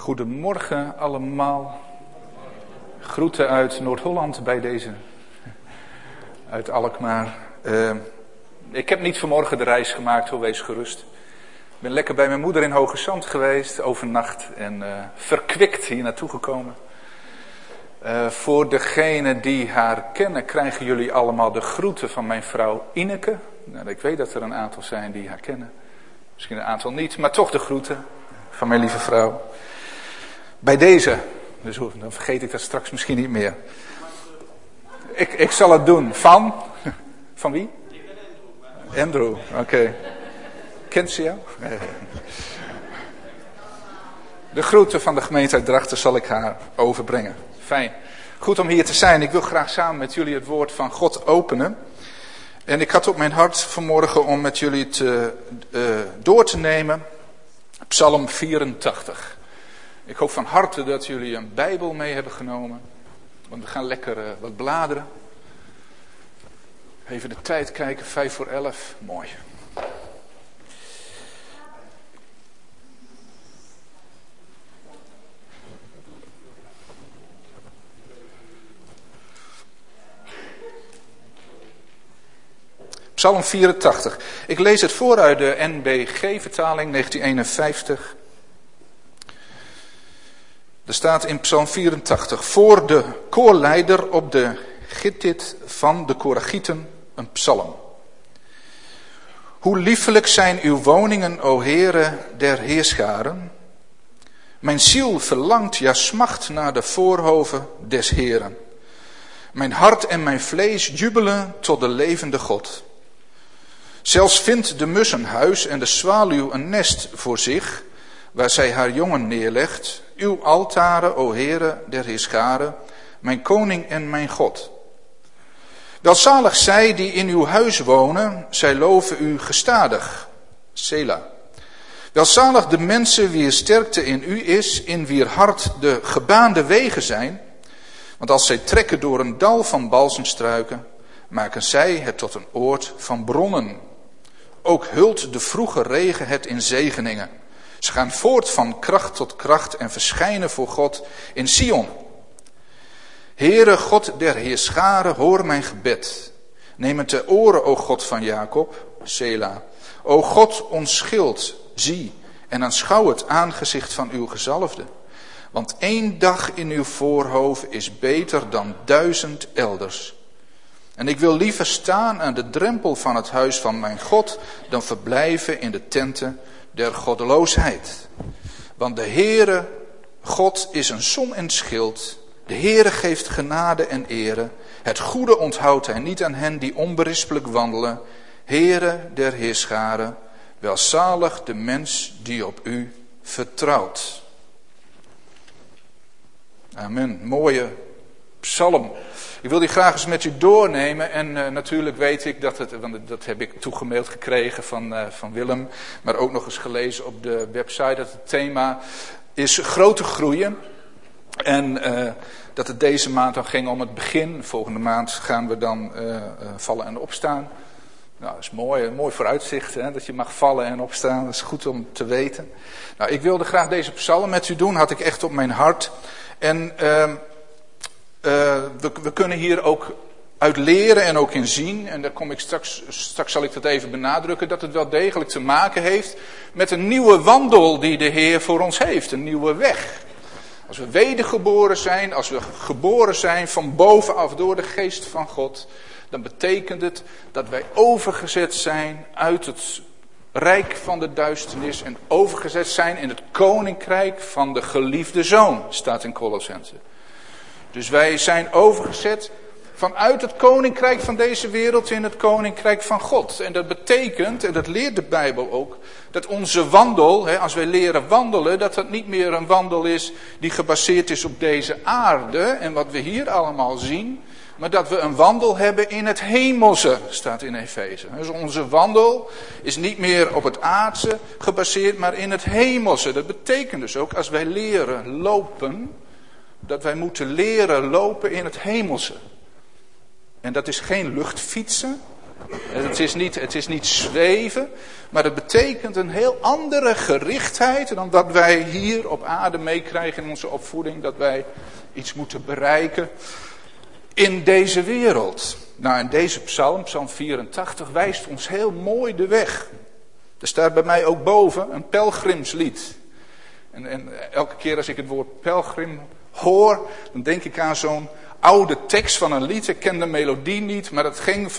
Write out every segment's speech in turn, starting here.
Goedemorgen allemaal. Groeten uit Noord-Holland bij deze. Uit Alkmaar. Ik heb niet vanmorgen de reis gemaakt, hoor, wees gerust. Ik ben lekker bij mijn moeder in Hoge Zand geweest, overnacht. En verkwikt hier naartoe gekomen. Voor degenen die haar kennen, krijgen jullie allemaal de groeten van mijn vrouw Ineke. Nou, ik weet dat er een aantal zijn die haar kennen. Misschien een aantal niet, maar toch de groeten van mijn lieve vrouw. Bij deze, dus dan vergeet ik dat straks misschien niet meer. Ik zal het doen. Van wie? Ik ben Andrew. Oké. Kent ze jou? De groeten van de gemeente uit Drachten zal ik haar overbrengen. Fijn. Goed om hier te zijn. Ik wil graag samen met jullie het woord van God openen. En ik had op mijn hart vanmorgen om met jullie door te nemen Psalm 84. Ik hoop van harte dat jullie een Bijbel mee hebben genomen. Want we gaan lekker wat bladeren. Even de tijd kijken, 11:05. Mooi. Psalm 84. Ik lees het voor uit de NBG-vertaling 1951. Er staat in Psalm 84. Voor de koorleider op de gittit van de Koragieten een psalm. Hoe liefelijk zijn uw woningen, o Heere der heerscharen. Mijn ziel verlangt, ja smacht naar de voorhoven des Heeren. Mijn hart en mijn vlees jubelen tot de levende God. Zelfs vindt de mus een huis en de zwaluw een nest voor zich, waar zij haar jongen neerlegt. Uw altaren, o Heere der heerscharen, mijn koning en mijn God. Welzalig zij die in uw huis wonen, zij loven u gestadig. Sela. Welzalig de mensen wier sterkte in u is, in wier hart de gebaande wegen zijn. Want als zij trekken door een dal van balsemstruiken, maken zij het tot een oord van bronnen. Ook hult de vroege regen het in zegeningen. Ze gaan voort van kracht tot kracht en verschijnen voor God in Sion. Heere God der heerscharen, hoor mijn gebed. Neem het ter oren, o God van Jacob, Sela. O God, ons schild, zie en aanschouw het aangezicht van uw gezalfde. Want 1 dag in uw voorhoofd is beter dan 1000 elders. En ik wil liever staan aan de drempel van het huis van mijn God, dan verblijven in de tenten der goddeloosheid. Want de Heere God is een zon en schild. De Heere geeft genade en ere. Het goede onthoudt hij niet aan hen die onberispelijk wandelen. Heere der heerscharen, welzalig de mens die op u vertrouwt. Amen. Mooie psalm. Ik wil die graag eens met u doornemen en natuurlijk weet ik dat het, want dat heb ik toegemaild gekregen van Willem, maar ook nog eens gelezen op de website, dat het thema is grote groeien. En dat het deze maand dan ging om het begin. Volgende maand gaan we dan vallen en opstaan. Nou, dat is mooi, een mooi vooruitzicht, hè, dat je mag vallen en opstaan. Dat is goed om te weten. Nou, ik wilde graag deze psalm met u doen, had ik echt op mijn hart. En we kunnen hier ook uit leren en ook in zien, en daar kom ik straks zal ik dat even benadrukken, dat het wel degelijk te maken heeft met een nieuwe wandel die de Heer voor ons heeft, een nieuwe weg. Als we wedergeboren zijn, als we geboren zijn van bovenaf door de geest van God, dan betekent het dat wij overgezet zijn uit het rijk van de duisternis en overgezet zijn in het koninkrijk van de geliefde zoon, staat in Kolossenzen. Dus wij zijn overgezet vanuit het koninkrijk van deze wereld in het koninkrijk van God. En dat betekent, en dat leert de Bijbel ook, dat onze wandel, als wij leren wandelen, dat dat niet meer een wandel is die gebaseerd is op deze aarde en wat we hier allemaal zien, maar dat we een wandel hebben in het hemelse, staat in Efeze. Dus onze wandel is niet meer op het aardse gebaseerd, maar in het hemelse. Dat betekent dus ook, als wij leren lopen, dat wij moeten leren lopen in het hemelse. En dat is geen luchtfietsen, Het is niet zweven, maar het betekent een heel andere gerichtheid dan dat wij hier op aarde meekrijgen in onze opvoeding. Dat wij iets moeten bereiken in deze wereld. Nou, en deze psalm 84, wijst ons heel mooi de weg. Er staat bij mij ook boven een pelgrimslied. En elke keer als ik het woord pelgrim hoor, dan denk ik aan zo'n oude tekst van een lied. Ik ken de melodie niet, maar het ging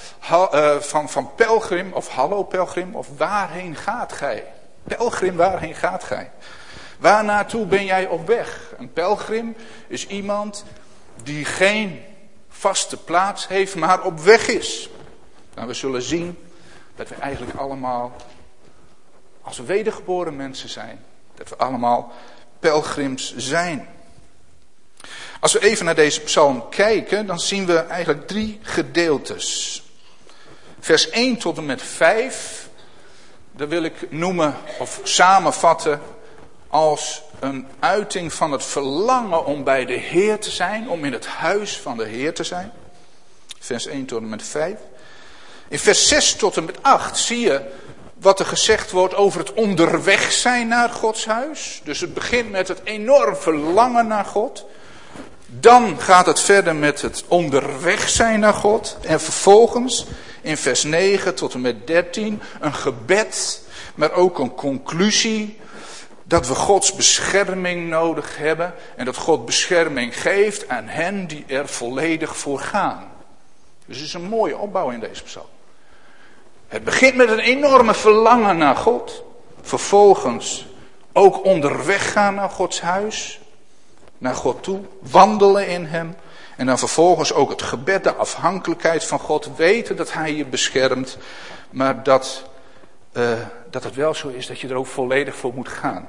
van pelgrim of hallo pelgrim of waarheen gaat gij? Pelgrim, waarheen gaat gij? Waar naartoe ben jij op weg? Een pelgrim is iemand die geen vaste plaats heeft, maar op weg is. Nou, we zullen zien dat we eigenlijk allemaal, als we wedergeboren mensen zijn, dat we allemaal pelgrims zijn. Als we even naar deze psalm kijken, dan zien we eigenlijk 3 gedeeltes. Vers 1 tot en met 5, dat wil ik noemen of samenvatten als een uiting van het verlangen om bij de Heer te zijn, om in het huis van de Heer te zijn. Vers 1 tot en met 5. In vers 6 tot en met 8 zie je wat er gezegd wordt over het onderweg zijn naar Gods huis. Dus het begint met het enorm verlangen naar God. Dan gaat het verder met het onderweg zijn naar God. En vervolgens in vers 9 tot en met 13 een gebed, maar ook een conclusie. Dat we Gods bescherming nodig hebben. En dat God bescherming geeft aan hen die er volledig voor gaan. Dus het is een mooie opbouw in deze psalm. Het begint met een enorme verlangen naar God. Vervolgens ook onderweg gaan naar Gods huis. Naar God toe. Wandelen in hem. En dan vervolgens ook het gebed, de afhankelijkheid van God. Weten dat hij je beschermt. Maar dat het wel zo is dat je er ook volledig voor moet gaan.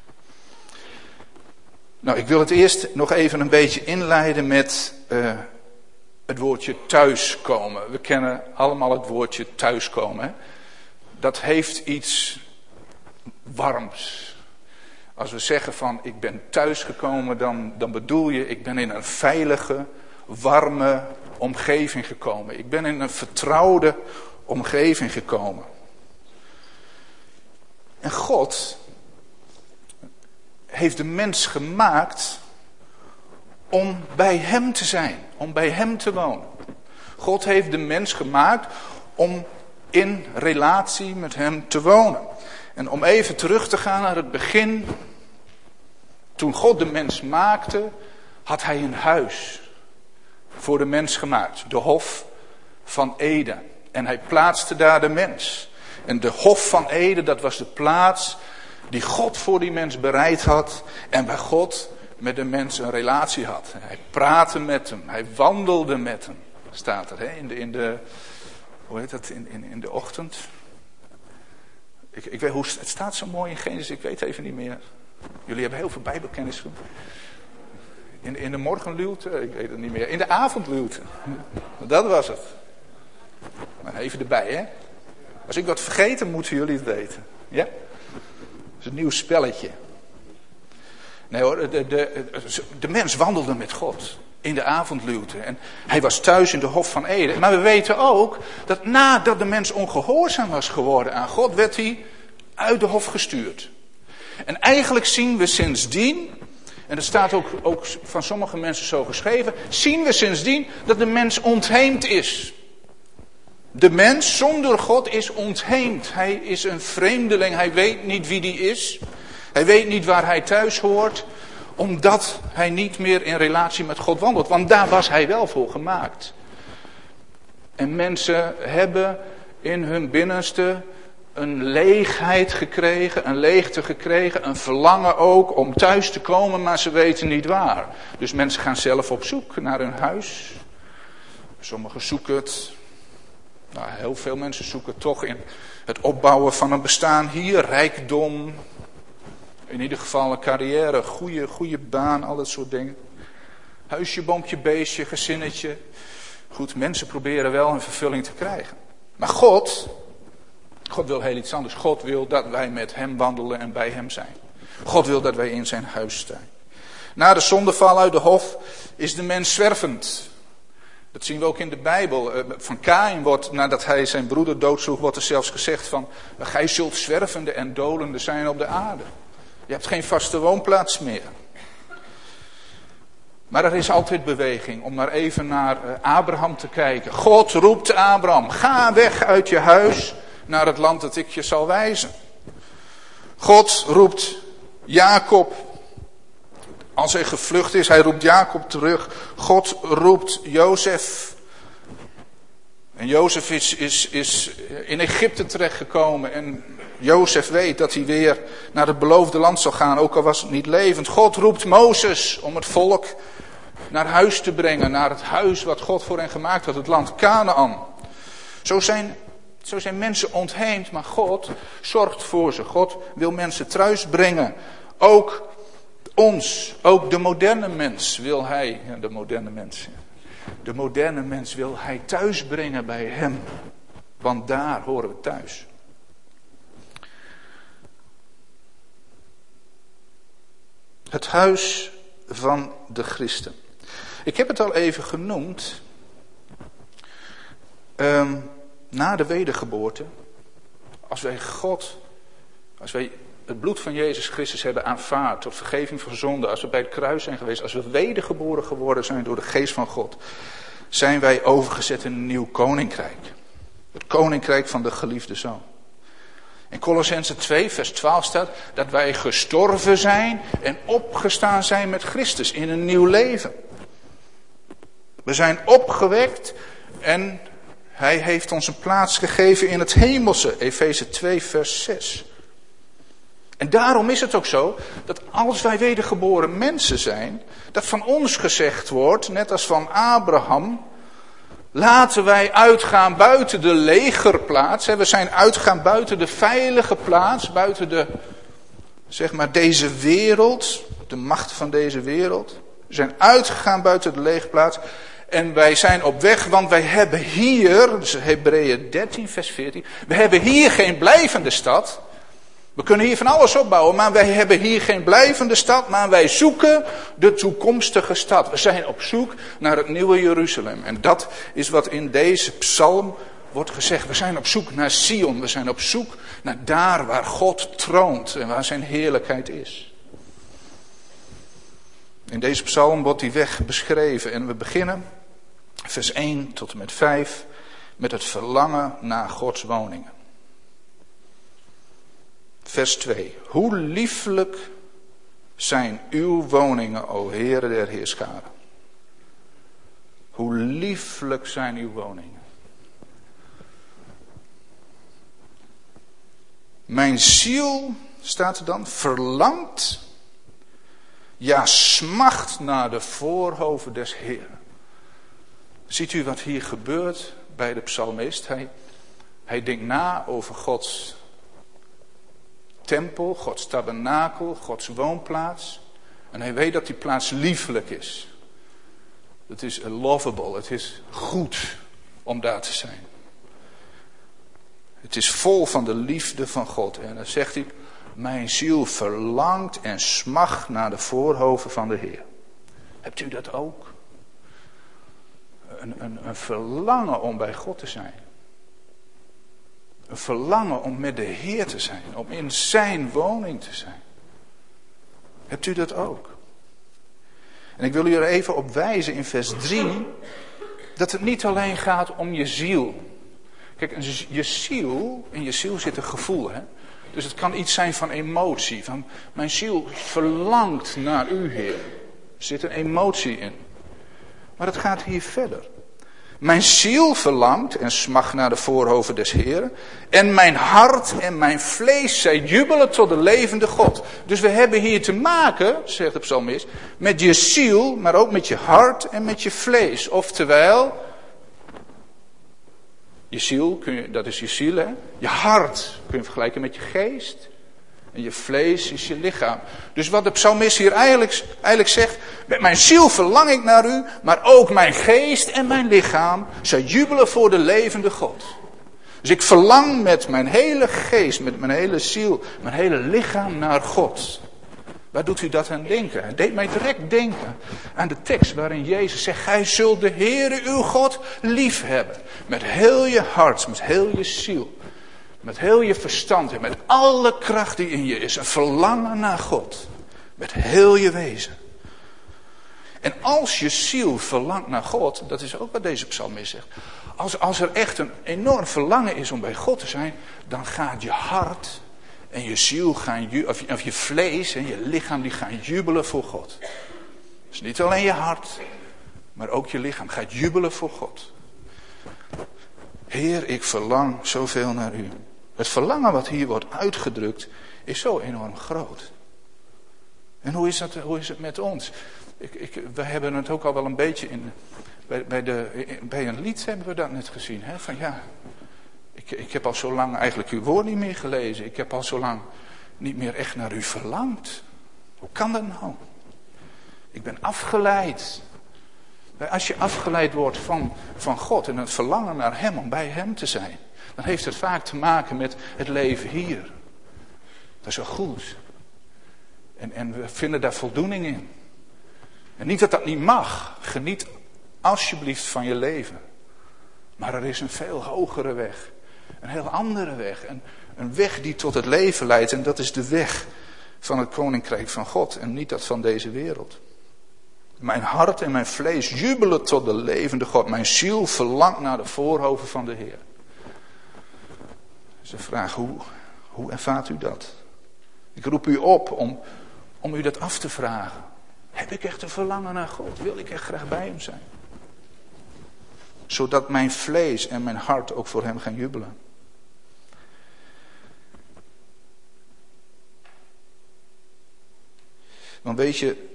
Nou, ik wil het eerst nog even een beetje inleiden met het woordje thuiskomen. We kennen allemaal het woordje thuiskomen. Hè? Dat heeft iets warms. Als we zeggen van ik ben thuisgekomen, dan bedoel je ik ben in een veilige, warme omgeving gekomen. Ik ben in een vertrouwde omgeving gekomen. En God heeft de mens gemaakt om bij hem te zijn, om bij hem te wonen. God heeft de mens gemaakt om in relatie met hem te wonen. En om even terug te gaan naar het begin. Toen God de mens maakte, had hij een huis voor de mens gemaakt. De Hof van Eden. En hij plaatste daar de mens. En de Hof van Eden, dat was de plaats die God voor die mens bereid had. En waar God met de mens een relatie had. Hij praatte met hem. Hij wandelde met hem. Staat er, hè? In de ochtend. Ik weet hoe het staat zo mooi in Genesis. Ik weet even niet meer. Jullie hebben heel veel bijbelkennis. In de morgenluwte. Ik weet het niet meer. In de avondluwte. Dat was het. Maar even erbij, hè. Als ik wat vergeten, moeten jullie het weten. Ja? Dat is een nieuw spelletje. Nee hoor, de mens wandelde met God in de avondluwte. En hij was thuis in de Hof van Eden. Maar we weten ook dat nadat de mens ongehoorzaam was geworden aan God, werd hij uit de hof gestuurd. En eigenlijk zien we sindsdien, en dat staat ook van sommige mensen zo geschreven, zien we sindsdien dat de mens ontheemd is. De mens zonder God is ontheemd. Hij is een vreemdeling. Hij weet niet wie die is. Hij weet niet waar hij thuis hoort. Omdat hij niet meer in relatie met God wandelt. Want daar was hij wel voor gemaakt. En mensen hebben in hun binnenste een leegheid gekregen. Een leegte gekregen. Een verlangen ook om thuis te komen. Maar ze weten niet waar. Dus mensen gaan zelf op zoek naar hun huis. Sommigen zoeken het. Nou, heel veel mensen zoeken toch in het opbouwen van een bestaan hier. Rijkdom. In ieder geval een carrière. Goede baan. Al dat soort dingen. Huisje, boompje, beestje, gezinnetje. Goed, mensen proberen wel een vervulling te krijgen. Maar God wil heel iets anders. God wil dat wij met hem wandelen en bij hem zijn. God wil dat wij in zijn huis zijn. Na de zondeval uit de hof is de mens zwervend. Dat zien we ook in de Bijbel. Van Kaïn wordt, nadat hij zijn broeder doodsloeg, wordt er zelfs gezegd van, gij zult zwervende en dolende zijn op de aarde. Je hebt geen vaste woonplaats meer. Maar er is altijd beweging, om maar even naar Abraham te kijken. God roept Abraham, ga weg uit je huis naar het land dat ik je zal wijzen. God roept Jacob, als hij gevlucht is, hij roept Jacob terug. God roept Jozef. En Jozef is in Egypte terechtgekomen. En Jozef weet dat hij weer naar het beloofde land zal gaan, ook al was het niet levend. God roept Mozes om het volk naar huis te brengen. Naar het huis wat God voor hen gemaakt had, het land Kanaan. Zo zijn mensen ontheemd, maar God zorgt voor ze. God wil mensen thuis brengen. Ook ons, ook de moderne mens wil hij, de moderne mens wil hij thuis brengen bij hem. Want daar horen we thuis. Het huis van de christen. Ik heb het al even genoemd. Na de wedergeboorte, als wij het bloed van Jezus Christus hebben aanvaard tot vergeving van zonde, als we bij het kruis zijn geweest, als we wedergeboren geworden zijn door de geest van God, zijn wij overgezet in een nieuw koninkrijk. Het koninkrijk van de geliefde zoon. In Kolossenzen 2 vers 12 staat dat wij gestorven zijn en opgestaan zijn met Christus in een nieuw leven. We zijn opgewekt en hij heeft ons een plaats gegeven in het hemelse. Efeze 2 vers 6. En daarom is het ook zo dat als wij wedergeboren mensen zijn, dat van ons gezegd wordt, net als van Abraham, laten wij uitgaan buiten de legerplaats. We zijn uitgegaan buiten de veilige plaats, buiten deze wereld, de macht van deze wereld. We zijn uitgegaan buiten de legerplaats. En wij zijn op weg, want wij hebben hier, dus Hebreeën 13 vers 14, we hebben hier geen blijvende stad. We kunnen hier van alles opbouwen, maar wij hebben hier geen blijvende stad, maar wij zoeken de toekomstige stad. We zijn op zoek naar het nieuwe Jeruzalem. En dat is wat in deze psalm wordt gezegd. We zijn op zoek naar Sion, we zijn op zoek naar daar waar God troont en waar zijn heerlijkheid is. In deze psalm wordt die weg beschreven en we beginnen, vers 1 tot en met 5, met het verlangen naar Gods woningen. Vers 2. Hoe lieflijk zijn uw woningen, o Heere der Heerscharen. Hoe lieflijk zijn uw woningen. Mijn ziel, staat er dan, verlangt, ja smacht naar de voorhoven des Heeren. Ziet u wat hier gebeurt bij de psalmist? Hij denkt na over Gods tempel, Gods tabernakel, Gods woonplaats. En hij weet dat die plaats lieflijk is. Het is lovable, het is goed om daar te zijn. Het is vol van de liefde van God. En dan zegt hij, mijn ziel verlangt en smacht naar de voorhoven van de Heer. Hebt u dat ook? Een verlangen om bij God te zijn. Een verlangen om met de Heer te zijn. Om in zijn woning te zijn. Hebt u dat ook? En ik wil u er even op wijzen in vers 3. Dat het niet alleen gaat om je ziel. Kijk, je ziel, in je ziel zit een gevoel. Hè? Dus het kan iets zijn van emotie. Van mijn ziel verlangt naar u, Heer. Er zit een emotie in. Maar het gaat hier verder. Mijn ziel verlangt en smacht naar de voorhoven des Heeren. En mijn hart en mijn vlees, zij jubelen tot de levende God. Dus we hebben hier te maken, zegt de psalmist, met je ziel, maar ook met je hart en met je vlees. Oftewel, je ziel, dat is je ziel, hè? Je hart kun je vergelijken met je geest. En je vlees is je lichaam. Dus wat de psalmist hier eigenlijk zegt, met mijn ziel verlang ik naar u, maar ook mijn geest en mijn lichaam, zij jubelen voor de levende God. Dus ik verlang met mijn hele geest, met mijn hele ziel, mijn hele lichaam naar God. Waar doet u dat aan denken? Het deed mij direct denken aan de tekst waarin Jezus zegt: gij zult de Heere uw God lief hebben. Met heel je hart, met heel je ziel, met heel je verstand en met alle kracht die in je is. Een verlangen naar God. Met heel je wezen. En als je ziel verlangt naar God, dat is ook wat deze psalmist zegt. Als er echt een enorm verlangen is om bij God te zijn, dan gaat je hart en je ziel of je vlees en je lichaam, die gaan jubelen voor God. Dus niet alleen je hart, maar ook je lichaam gaat jubelen voor God. Heer, ik verlang zoveel naar u. Het verlangen wat hier wordt uitgedrukt is zo enorm groot. En hoe is het met ons? We hebben het ook al wel een beetje bij een lied hebben we dat net gezien. Hè? Van ja, ik heb al zo lang eigenlijk uw woord niet meer gelezen. Ik heb al zo lang niet meer echt naar u verlangd. Hoe kan dat nou? Ik ben afgeleid. Als je afgeleid wordt van God en het verlangen naar hem om bij hem te zijn, dan heeft het vaak te maken met het leven hier. Dat is wel goed. En we vinden daar voldoening in. En niet dat dat niet mag. Geniet alsjeblieft van je leven. Maar er is een veel hogere weg. Een heel andere weg. Een weg die tot het leven leidt. En dat is de weg van het koninkrijk van God. En niet dat van deze wereld. Mijn hart en mijn vlees jubelen tot de levende God. Mijn ziel verlangt naar de voorhoven van de Heer. Dus de vraag, hoe ervaart u dat? Ik roep u op om u dat af te vragen. Heb ik echt een verlangen naar God? Wil ik echt graag bij hem zijn? Zodat mijn vlees en mijn hart ook voor hem gaan jubelen. Want weet je,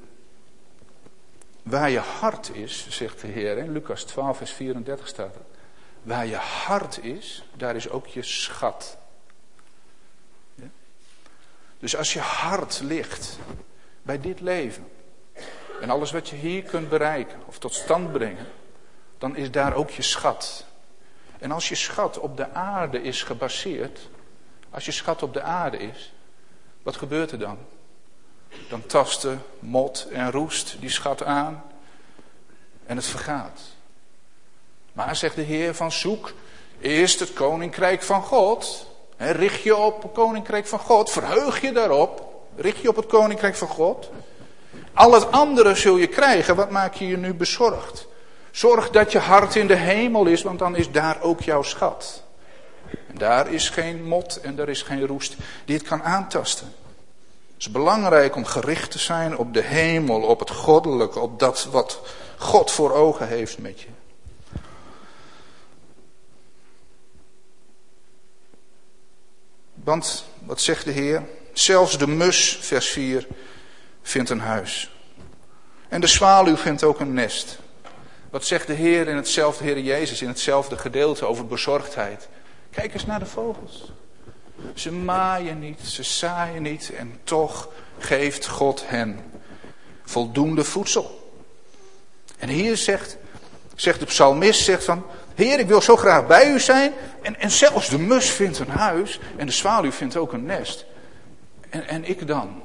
waar je hart is, zegt de Heer, in Lucas 12 vers 34 staat het. Waar je hart is, daar is ook je schat. Ja? Dus als je hart ligt bij dit leven en alles wat je hier kunt bereiken of tot stand brengen, dan is daar ook je schat. En als je schat op de aarde is gebaseerd, als je schat op de aarde is, wat gebeurt er dan? Dan tasten mot en roest die schat aan en het vergaat. Maar zegt de Heer van zoek eerst het koninkrijk van God. Richt je op het koninkrijk van God, verheug je daarop, richt je op het koninkrijk van God. Al het andere zul je krijgen, wat maak je je nu bezorgd? Zorg dat je hart in de hemel is, want dan is daar ook jouw schat. En daar is geen mot en daar is geen roest die het kan aantasten. Het is belangrijk om gericht te zijn op de hemel, op het goddelijke, op dat wat God voor ogen heeft met je. Want, wat zegt de Heer? Zelfs de mus, vers 4, vindt een huis. En de zwaluw vindt ook een nest. Wat zegt de Heer in hetzelfde, Heer Jezus, in hetzelfde gedeelte over bezorgdheid? Kijk eens naar de vogels. Ze maaien niet, ze zaaien niet en toch geeft God hen voldoende voedsel. En hier zegt de psalmist van, Heer, ik wil zo graag bij u zijn. En zelfs de mus vindt een huis en de zwaluw vindt ook een nest. En ik dan?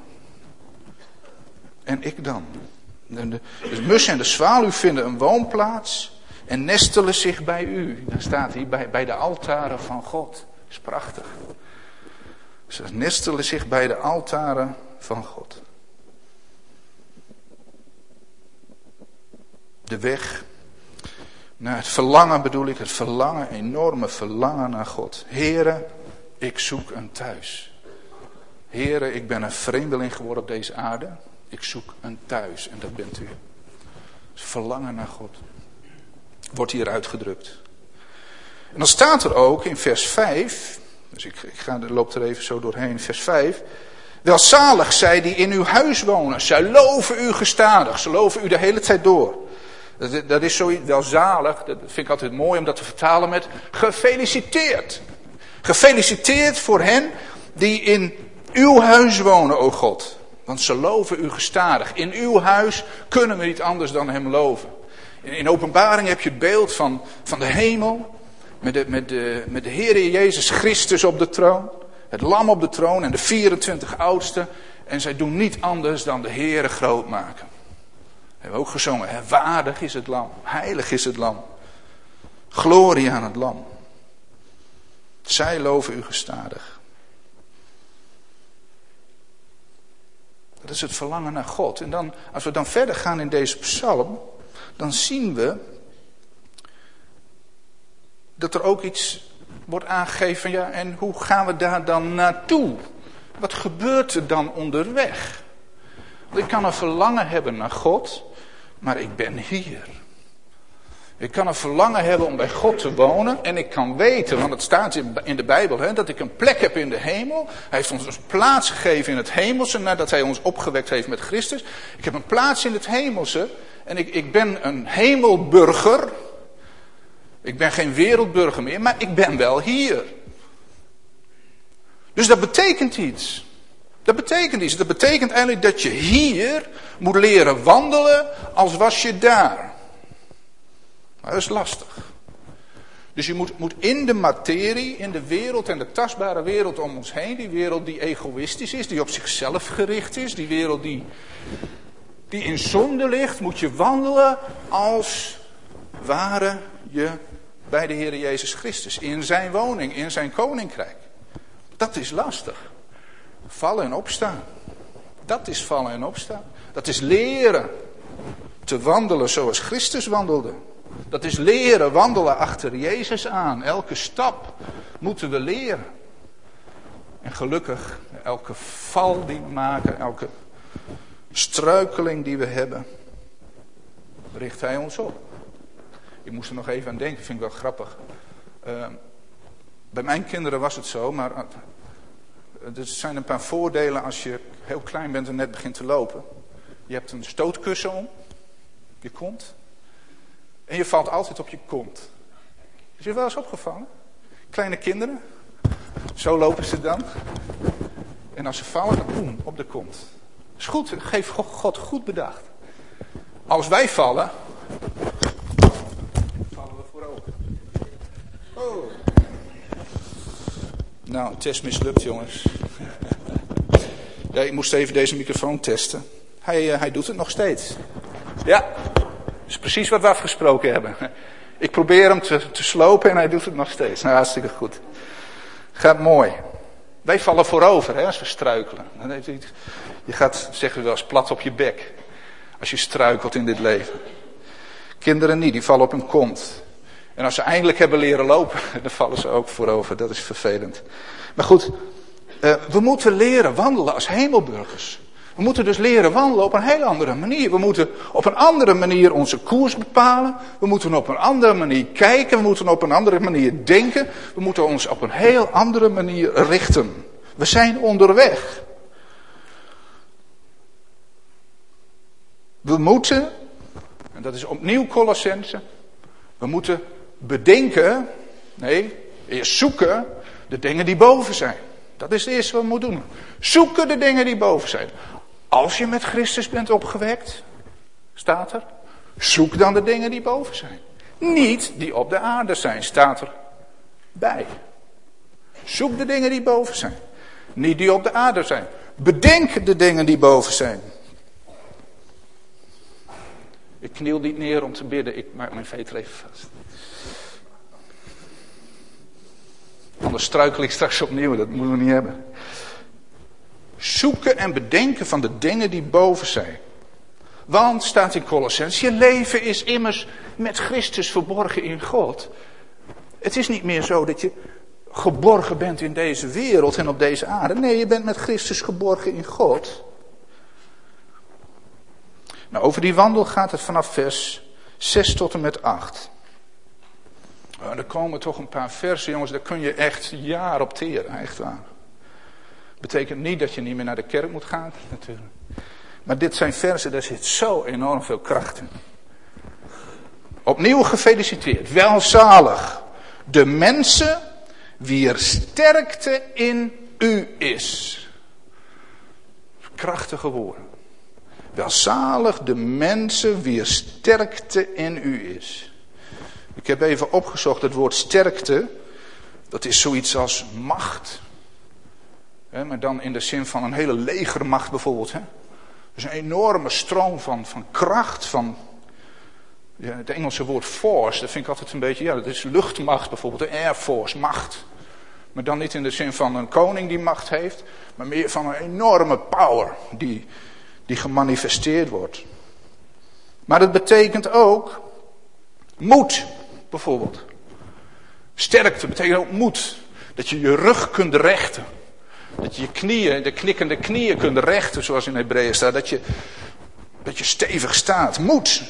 En ik dan? De mus en de zwaluw vinden een woonplaats en nestelen zich bij u. Dan staat hier bij de altaren van God. Dat is prachtig. Ze nestelen zich bij de altaren van God. De weg naar het verlangen bedoel ik, het verlangen, enorme verlangen naar God. Heere, ik zoek een thuis. Heere, ik ben een vreemdeling geworden op deze aarde. Ik zoek een thuis en dat bent u. Dus verlangen naar God. Wordt hier uitgedrukt. En dan staat er ook in vers 5... Dus ik loop er even zo doorheen. Vers 5. Welzalig zij die in uw huis wonen. Zij loven u gestadig. Ze loven u de hele tijd door. Dat is zoiets welzalig. Dat vind ik altijd mooi om dat te vertalen met gefeliciteerd. Gefeliciteerd voor hen die in uw huis wonen, o God. Want ze loven u gestadig. In uw huis kunnen we niet anders dan hem loven. In Openbaring heb je het beeld van de hemel. Met de Heer Jezus Christus op de troon. Het lam op de troon en de 24 oudsten. En zij doen niet anders dan de Heere groot maken. Hebben we ook gezongen. Hè? Waardig is het lam. Heilig is het lam. Glorie aan het lam. Zij loven u gestadig. Dat is het verlangen naar God. En dan, als we dan verder gaan in deze psalm, dan zien we dat er ook iets wordt aangegeven van ja, en hoe gaan we daar dan naartoe? Wat gebeurt er dan onderweg? Want ik kan een verlangen hebben naar God, maar ik ben hier. Ik kan een verlangen hebben om bij God te wonen. En ik kan weten, want het staat in de Bijbel, hè, dat ik een plek heb in de hemel. Hij heeft ons een plaats gegeven in het hemelse, nadat hij ons opgewekt heeft met Christus. Ik heb een plaats in het hemelse. En ik ben een hemelburger. Ik ben geen wereldburger meer, maar ik ben wel hier. Dus dat betekent iets. Dat betekent iets. Dat betekent eigenlijk dat je hier moet leren wandelen als was je daar. Maar dat is lastig. Dus je moet in de materie, in de wereld en de tastbare wereld om ons heen, die wereld die egoïstisch is, die op zichzelf gericht is, die wereld die in zonde ligt, moet je wandelen als ware je bij de Heer Jezus Christus, in zijn woning, in zijn koninkrijk. Dat is lastig. Vallen en opstaan. Dat is vallen en opstaan. Dat is leren te wandelen zoals Christus wandelde. Dat is leren wandelen achter Jezus aan. Elke stap moeten we leren. En gelukkig, elke val die we maken, elke struikeling die we hebben, richt hij ons op. Ik moest er nog even aan denken, vind ik wel grappig. Bij mijn kinderen was het zo, maar er zijn een paar voordelen als je heel klein bent en net begint te lopen. Je hebt een stootkussen om, je kont. En je valt altijd op je kont. Is je wel eens opgevallen? Kleine kinderen, zo lopen ze dan. En als ze vallen, dan boem, op de kont. Is goed, geef God goed bedacht. Als wij vallen, vallen we voorover. Oh. Nou, test mislukt, jongens. Ja, ik moest even deze microfoon testen. Hij doet het nog steeds. Ja, dat is precies wat we afgesproken hebben. Ik probeer hem te slopen en hij doet het nog steeds. Nou, hartstikke goed. Gaat mooi. Wij vallen voorover, hè, als we struikelen. Je gaat, zeggen we wel eens, plat op je bek. Als je struikelt in dit leven. Kinderen niet, die vallen op hun kont. En als ze eindelijk hebben leren lopen, dan vallen ze ook voorover. Dat is vervelend. Maar goed, we moeten leren wandelen als hemelburgers. We moeten dus leren wandelen op een heel andere manier. We moeten op een andere manier onze koers bepalen. We moeten op een andere manier kijken. We moeten op een andere manier denken. We moeten ons op een heel andere manier richten. We zijn onderweg. We moeten, en dat is opnieuw Colossenzen, we moeten bedenken, nee, eerst zoeken de dingen die boven zijn. Dat is het eerste wat we moeten doen. Zoeken de dingen die boven zijn. Als je met Christus bent opgewekt, staat er, zoek dan de dingen die boven zijn. Niet die op de aarde zijn, staat er bij. Zoek de dingen die boven zijn. Niet die op de aarde zijn. Bedenk de dingen die boven zijn. Ik kniel niet neer om te bidden, ik maak mijn veter even vast. Anders struikel ik straks opnieuw, dat moeten we niet hebben. Zoeken en bedenken van de dingen die boven zijn. Want, staat in Colossenzen, je leven is immers met Christus verborgen in God. Het is niet meer zo dat je geborgen bent in deze wereld en op deze aarde. Nee, je bent met Christus geborgen in God. Nou, over die wandel gaat het vanaf vers 6 tot en met 8. Er komen toch een paar versen, jongens, daar kun je echt jaar op teren, echt waar. Betekent niet dat je niet meer naar de kerk moet gaan, natuurlijk. Maar dit zijn versen, daar zit zo enorm veel kracht in. Opnieuw gefeliciteerd, welzalig. De mensen wier sterkte in u is. Krachtige woorden. Welzalig de mensen wier sterkte in u is. Ik heb even opgezocht, het woord sterkte, dat is zoiets als macht. Maar dan in de zin van een hele legermacht bijvoorbeeld. Dus een enorme stroom van kracht, van het Engelse woord force, dat vind ik altijd een beetje, dat is luchtmacht bijvoorbeeld, de Air Force, macht. Maar dan niet in de zin van een koning die macht heeft, maar meer van een enorme power die gemanifesteerd wordt. Maar dat betekent ook moed, bijvoorbeeld. Sterkte betekent ook moed. Dat je je rug kunt rechten. Dat je je knieën, de knikkende knieën kunt rechten, zoals in Hebreeën staat. Dat je stevig staat. Moed.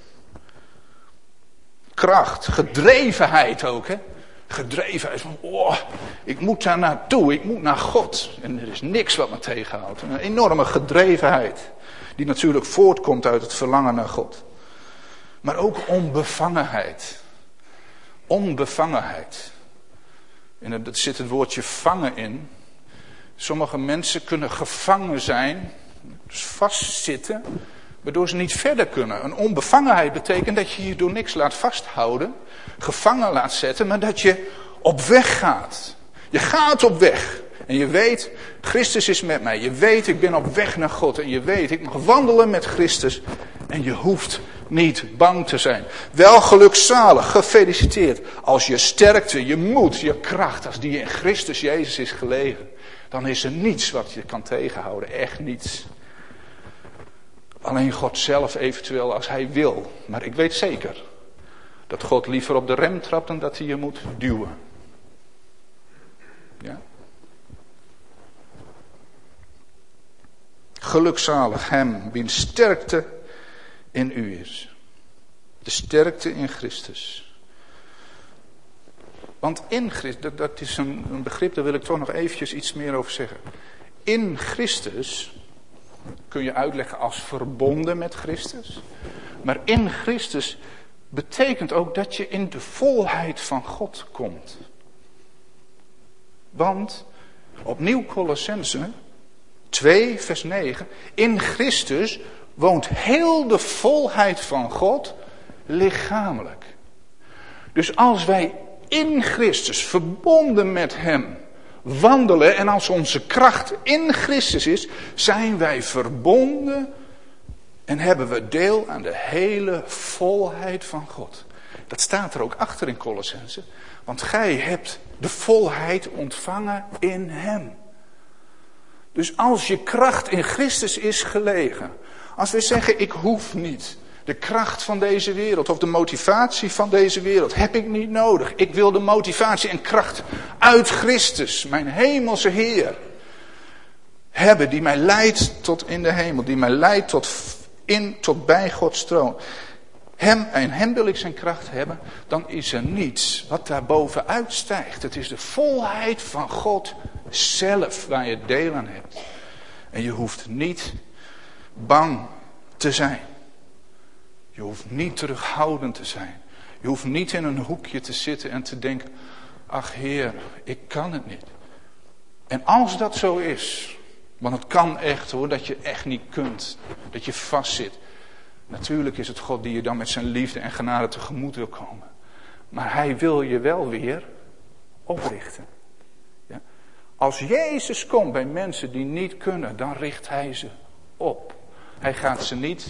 Kracht. Gedrevenheid ook. Gedrevenheid van, ik moet daar naartoe. Ik moet naar God. En er is niks wat me tegenhoudt. Een enorme gedrevenheid. Die natuurlijk voortkomt uit het verlangen naar God. Maar ook onbevangenheid. Onbevangenheid. En er zit het woordje vangen in. Sommige mensen kunnen gevangen zijn, dus vastzitten, waardoor ze niet verder kunnen. Een onbevangenheid betekent dat je je door niks laat vasthouden, gevangen laat zetten, maar dat je op weg gaat. Je gaat op weg. En je weet, Christus is met mij. Je weet, ik ben op weg naar God. En je weet, ik mag wandelen met Christus. En je hoeft niet bang te zijn. Wel gelukzalig, gefeliciteerd. Als je sterkte, je moed, je kracht, als die in Christus Jezus is gelegen. Dan is er niets wat je kan tegenhouden. Echt niets. Alleen God zelf eventueel als hij wil. Maar ik weet zeker dat God liever op de rem trapt dan dat hij je moet duwen. Ja? Gelukzalig hem, wiens sterkte in u is. De sterkte in Christus. Want in Christus, dat is een begrip, daar wil ik toch nog eventjes iets meer over zeggen. In Christus kun je uitleggen als verbonden met Christus. Maar in Christus betekent ook dat je in de volheid van God komt. Want, opnieuw Colossenzen 2 vers 9. In Christus woont heel de volheid van God lichamelijk. Dus als wij in Christus verbonden met hem wandelen en als onze kracht in Christus is, zijn wij verbonden en hebben we deel aan de hele volheid van God. Dat staat er ook achter in Colossenzen. Want gij hebt de volheid ontvangen in hem. Dus als je kracht in Christus is gelegen. Als we zeggen, ik hoef niet de kracht van deze wereld of de motivatie van deze wereld. Heb ik niet nodig. Ik wil de motivatie en kracht uit Christus, mijn hemelse Heer, hebben. Die mij leidt tot in de hemel. Die mij leidt tot bij Gods troon. Hem wil ik zijn kracht hebben. Dan is er niets wat daarboven uitstijgt. Het is de volheid van God zelf waar je deel aan hebt. En je hoeft niet bang te zijn. Je hoeft niet terughoudend te zijn. Je hoeft niet in een hoekje te zitten en te denken, ach Heer, ik kan het niet. En als dat zo is, want het kan echt hoor, dat je echt niet kunt. Dat je vastzit. Natuurlijk is het God die je dan met zijn liefde en genade tegemoet wil komen. Maar hij wil je wel weer oprichten. Ja? Als Jezus komt bij mensen die niet kunnen, dan richt hij ze op. Hij gaat ze niet...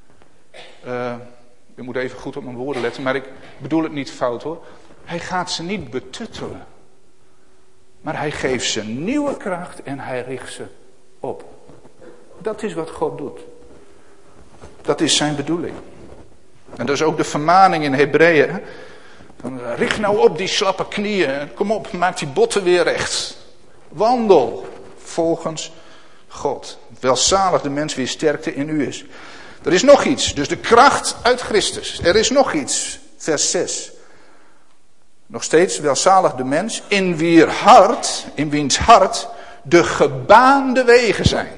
ik moet even goed op mijn woorden letten, maar ik bedoel het niet fout hoor. Hij gaat ze niet betuttelen. Maar hij geeft ze nieuwe kracht en hij richt ze op. Dat is wat God doet. Dat is zijn bedoeling. En dat is ook de vermaning in Hebreeën. Richt nou op die slappe knieën. Kom op, maak die botten weer recht. Wandel volgens God. Welzalig de mens wie sterkte in u is. Er is nog iets. Dus de kracht uit Christus. Er is nog iets. Vers 6. Nog steeds welzalig de mens in wiens hart de gebaande wegen zijn.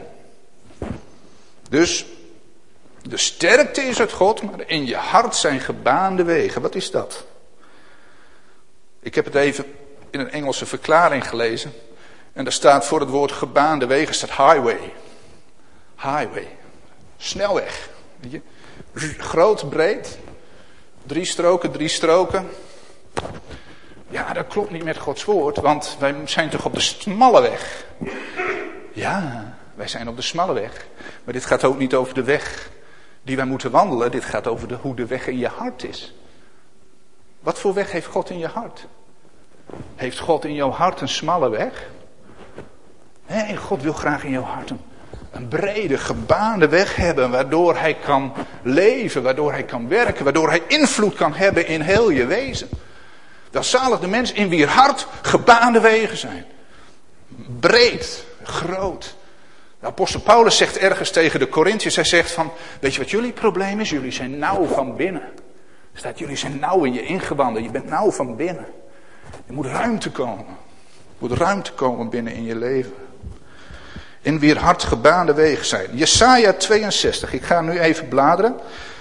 Dus de sterkte is uit God, maar in je hart zijn gebaande wegen. Wat is dat? Ik heb het even in een Engelse verklaring gelezen. En daar staat voor het woord gebaande wegen, staat highway. Highway. Snelweg. Weet je? Groot, breed. 3 stroken. Ja, dat klopt niet met Gods woord, want wij zijn toch op de smalle weg. Ja, wij zijn op de smalle weg. Maar dit gaat ook niet over de weg die wij moeten wandelen. Dit gaat over hoe de weg in je hart is. Wat voor weg heeft God in je hart? Heeft God in jouw hart een smalle weg? Nee, God wil graag in jouw hart een brede, gebaande weg hebben. Waardoor hij kan leven, waardoor hij kan werken. Waardoor hij invloed kan hebben in heel je wezen. Welzalig de mens in wier hart gebaande wegen zijn. Breed, groot. De apostel Paulus zegt ergens tegen de Korinthiërs. Hij zegt van, weet je wat jullie probleem is? Jullie zijn nauw van binnen. Er staat, jullie zijn nauw in je ingewanden. Je bent nauw van binnen. Er moet ruimte komen. Er moet ruimte komen binnen in je leven. In wier hart gebaande wegen zijn. Jesaja 62. Ik ga nu even bladeren.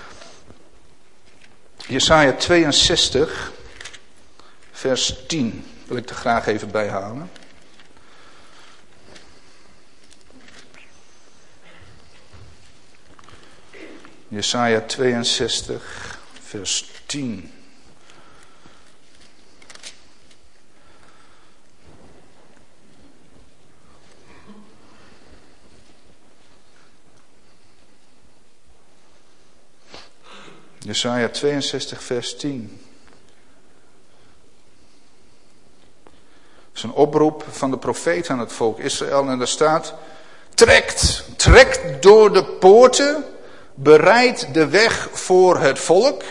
Jesaja 62. Vers 10. Wil ik er graag even bij halen. Jesaja 62. Vers 10. Jesaja 62 vers 10. Dat is een oproep van de profeet aan het volk Israël. En daar staat, trekt door de poorten, bereidt de weg voor het volk,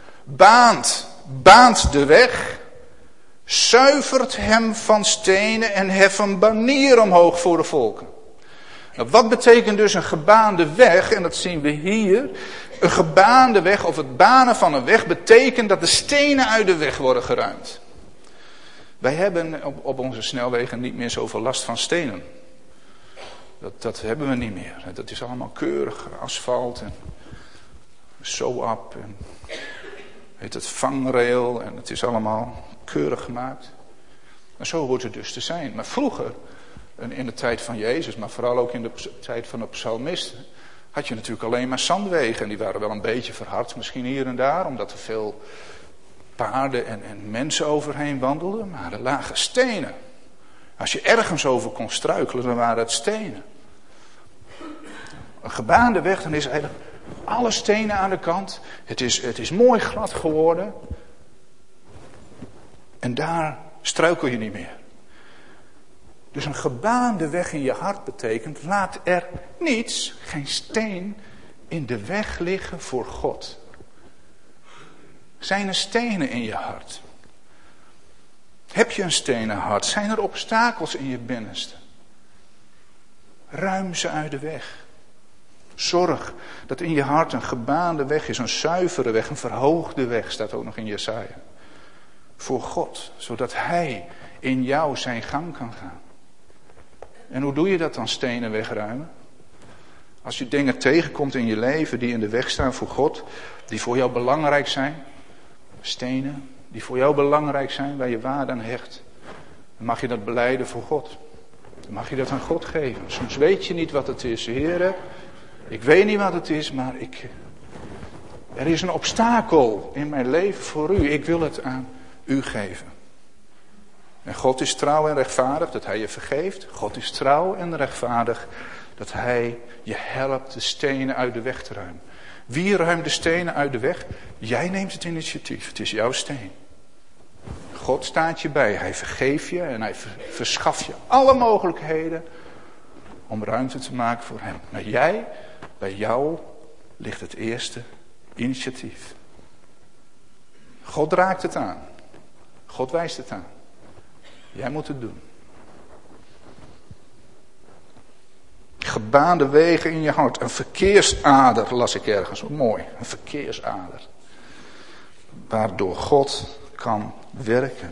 baant de weg, zuivert hem van stenen en heft een banier omhoog voor de volken. Nou, wat betekent dus een gebaande weg? En dat zien we hier. Een gebaande weg of het banen van een weg betekent dat de stenen uit de weg worden geruimd. Wij hebben op onze snelwegen niet meer zoveel last van stenen. Dat hebben we niet meer. Dat is allemaal keurig asfalt en SOAP en heet het vangrail en het is allemaal keurig gemaakt. En zo hoort het dus te zijn. Maar vroeger, in de tijd van Jezus, maar vooral ook in de tijd van de psalmisten, had je natuurlijk alleen maar zandwegen. En die waren wel een beetje verhard, misschien hier en daar, omdat er veel paarden en mensen overheen wandelden. Maar er lagen stenen. Als je ergens over kon struikelen, dan waren het stenen. Een gebaande weg, dan is eigenlijk alle stenen aan de kant. Het is mooi glad geworden. En daar struikel je niet meer. Dus een gebaande weg in je hart betekent, laat er niets, geen steen, in de weg liggen voor God. Zijn er stenen in je hart? Heb je een stenen hart? Zijn er obstakels in je binnenste? Ruim ze uit de weg. Zorg dat in je hart een gebaande weg is, een zuivere weg, een verhoogde weg, staat ook nog in Jesaja. Voor God, zodat Hij in jou zijn gang kan gaan. En hoe doe je dat dan, stenen wegruimen? Als je dingen tegenkomt in je leven die in de weg staan voor God, die voor jou belangrijk zijn, stenen die voor jou belangrijk zijn, waar je waarde aan hecht, dan mag je dat belijden voor God. Dan mag je dat aan God geven. Soms weet je niet wat het is. Heere, ik weet niet wat het is, maar er is een obstakel in mijn leven voor u. Ik wil het aan u geven. En God is trouw en rechtvaardig dat Hij je vergeeft. God is trouw en rechtvaardig dat Hij je helpt de stenen uit de weg te ruimen. Wie ruimt de stenen uit de weg? Jij neemt het initiatief. Het is jouw steen. God staat je bij. Hij vergeeft je en Hij verschaft je alle mogelijkheden om ruimte te maken voor Hem. Maar bij jou ligt het eerste initiatief. God raakt het aan. God wijst het aan. Jij moet het doen. Gebaande wegen in je hart. Een verkeersader las ik ergens. Mooi. Een verkeersader. Waardoor God kan werken.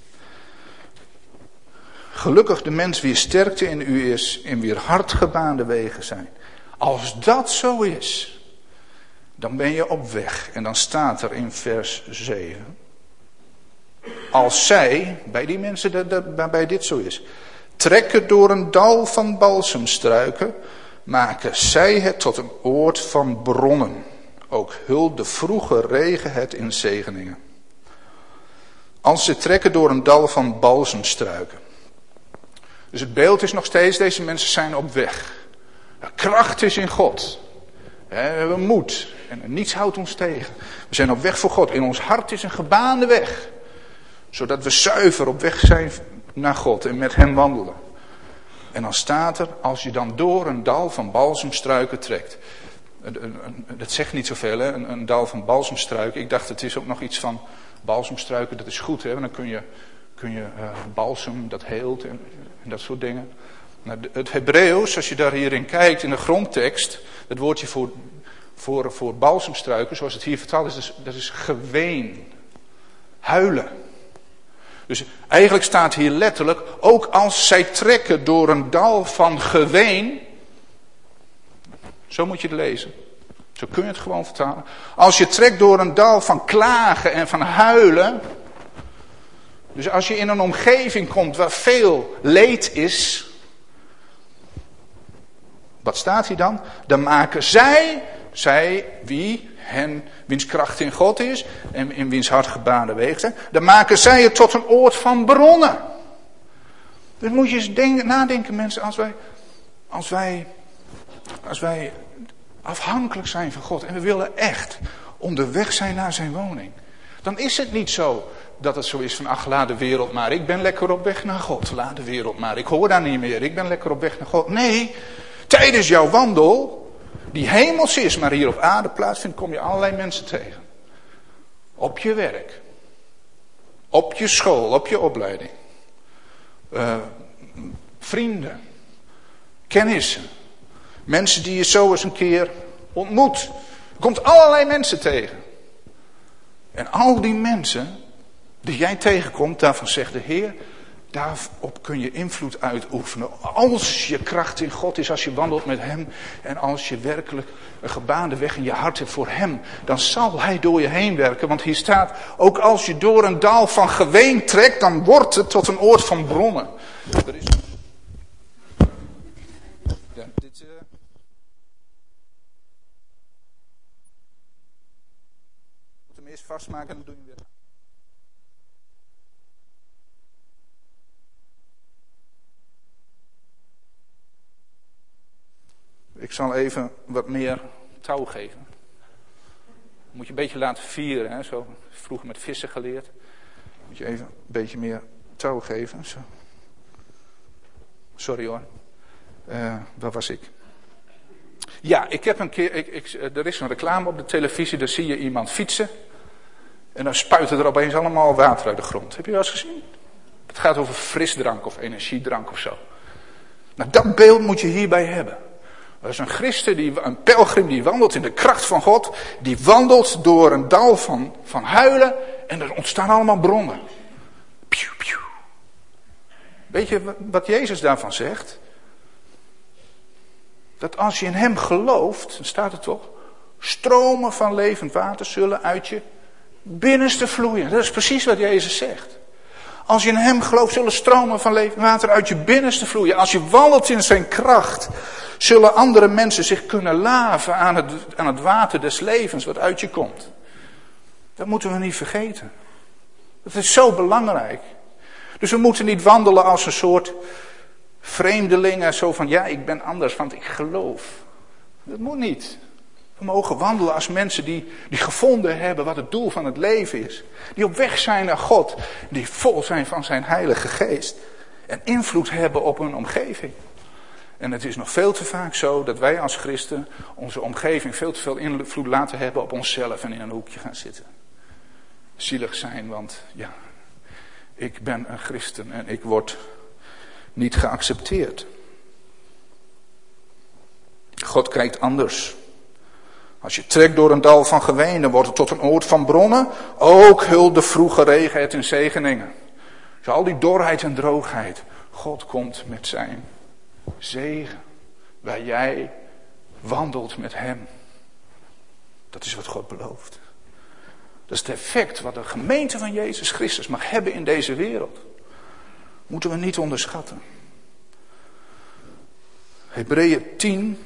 Gelukkig de mens wier sterkte in u is. In wier hart gebaande wegen zijn. Als dat zo is. Dan ben je op weg. En dan staat er in vers 7. Als zij, bij die mensen waarbij dit zo is, trekken door een dal van balsemstruiken, maken zij het tot een oord van bronnen. Ook hult de vroege regen het in zegeningen. Als ze trekken door een dal van balsemstruiken. Dus het beeld is nog steeds, deze mensen zijn op weg. De kracht is in God. We hebben moed. En niets houdt ons tegen. We zijn op weg voor God. In ons hart is een gebaande weg. Zodat we zuiver op weg zijn naar God en met hem wandelen. En dan staat er, als je dan door een dal van balsemstruiken trekt. Dat zegt niet zoveel, hè? Een dal van balsemstruiken. Ik dacht, het is ook nog iets van balsemstruiken, dat is goed. Hè? Want dan kun je balsem, dat heelt en dat soort dingen. Nou, het Hebreeuws, als je daar hierin kijkt in de grondtekst, het woordje voor balsemstruiken, zoals het hier vertaald is, dat is geween. Huilen. Dus eigenlijk staat hier letterlijk, ook als zij trekken door een dal van geween. Zo moet je het lezen. Zo kun je het gewoon vertalen. Als je trekt door een dal van klagen en van huilen. Dus als je in een omgeving komt waar veel leed is. Wat staat hier dan? Dan maken zij wie wiens kracht in God is en in wiens hart gebaande wegen zijn, dan maken zij het tot een oord van bronnen. Dus moet je eens nadenken, mensen, als wij afhankelijk zijn van God en we willen echt onderweg zijn naar zijn woning, dan is het niet zo dat het zo is van, ach, laat de wereld maar, ik ben lekker op weg naar God, laat de wereld maar, ik hoor daar niet meer, ik ben lekker op weg naar God. Nee, tijdens jouw wandel, die hemels is, maar hier op aarde plaatsvindt, kom je allerlei mensen tegen. Op je werk. Op je school, op je opleiding. Vrienden. Kennissen. Mensen die je zo eens een keer ontmoet. Er komt allerlei mensen tegen. En al die mensen die jij tegenkomt, daarvan zegt de Heer, daarop kun je invloed uitoefenen. Als je kracht in God is, als je wandelt met hem en als je werkelijk een gebaande weg in je hart hebt voor hem, dan zal hij door je heen werken. Want hier staat, ook als je door een dal van geween trekt, dan wordt het tot een oord van bronnen. Er is... Ja, dit... moet hem eerst vastmaken en dan doe je hem weer. Ik zal even wat meer touw geven. Moet je een beetje laten vieren. Hè? Zo vroeger met vissen geleerd. Moet je even een beetje meer touw geven. Zo. Sorry hoor. Waar was ik? Ja, ik heb een keer... er is een reclame op de televisie. Daar zie je iemand fietsen. En dan spuiten er opeens allemaal water uit de grond. Heb je dat eens gezien? Het gaat over frisdrank of energiedrank of zo. Nou, dat beeld moet je hierbij hebben. Dat is een christen, een pelgrim die wandelt in de kracht van God. Die wandelt door een dal van huilen. En er ontstaan allemaal bronnen. Piu, piu. Weet je wat Jezus daarvan zegt? Dat als je in hem gelooft, dan staat het toch, stromen van levend water zullen uit je binnenste vloeien. Dat is precies wat Jezus zegt. Als je in hem gelooft, zullen stromen van levend water uit je binnenste vloeien. Als je wandelt in zijn kracht, zullen andere mensen zich kunnen laven aan het water des levens wat uit je komt. Dat moeten we niet vergeten. Dat is zo belangrijk. Dus we moeten niet wandelen als een soort vreemdelingen. Zo van, ja, ik ben anders, want ik geloof. Dat moet niet. We mogen wandelen als mensen die gevonden hebben wat het doel van het leven is. Die op weg zijn naar God. Die vol zijn van zijn Heilige Geest. En invloed hebben op hun omgeving. En het is nog veel te vaak zo dat wij als christen onze omgeving veel te veel invloed laten hebben op onszelf en in een hoekje gaan zitten. Zielig zijn, want ja, ik ben een christen en ik word niet geaccepteerd. God kijkt anders. Als je trekt door een dal van geween, dan wordt het tot een oord van bronnen. Ook hult de vroege regen het in zegeningen. Dus al die dorheid en droogheid. God komt met zijn zegen. Waar jij wandelt met hem. Dat is wat God belooft. Dat is het effect wat de gemeente van Jezus Christus mag hebben in deze wereld. Moeten we niet onderschatten. Hebreeën 10.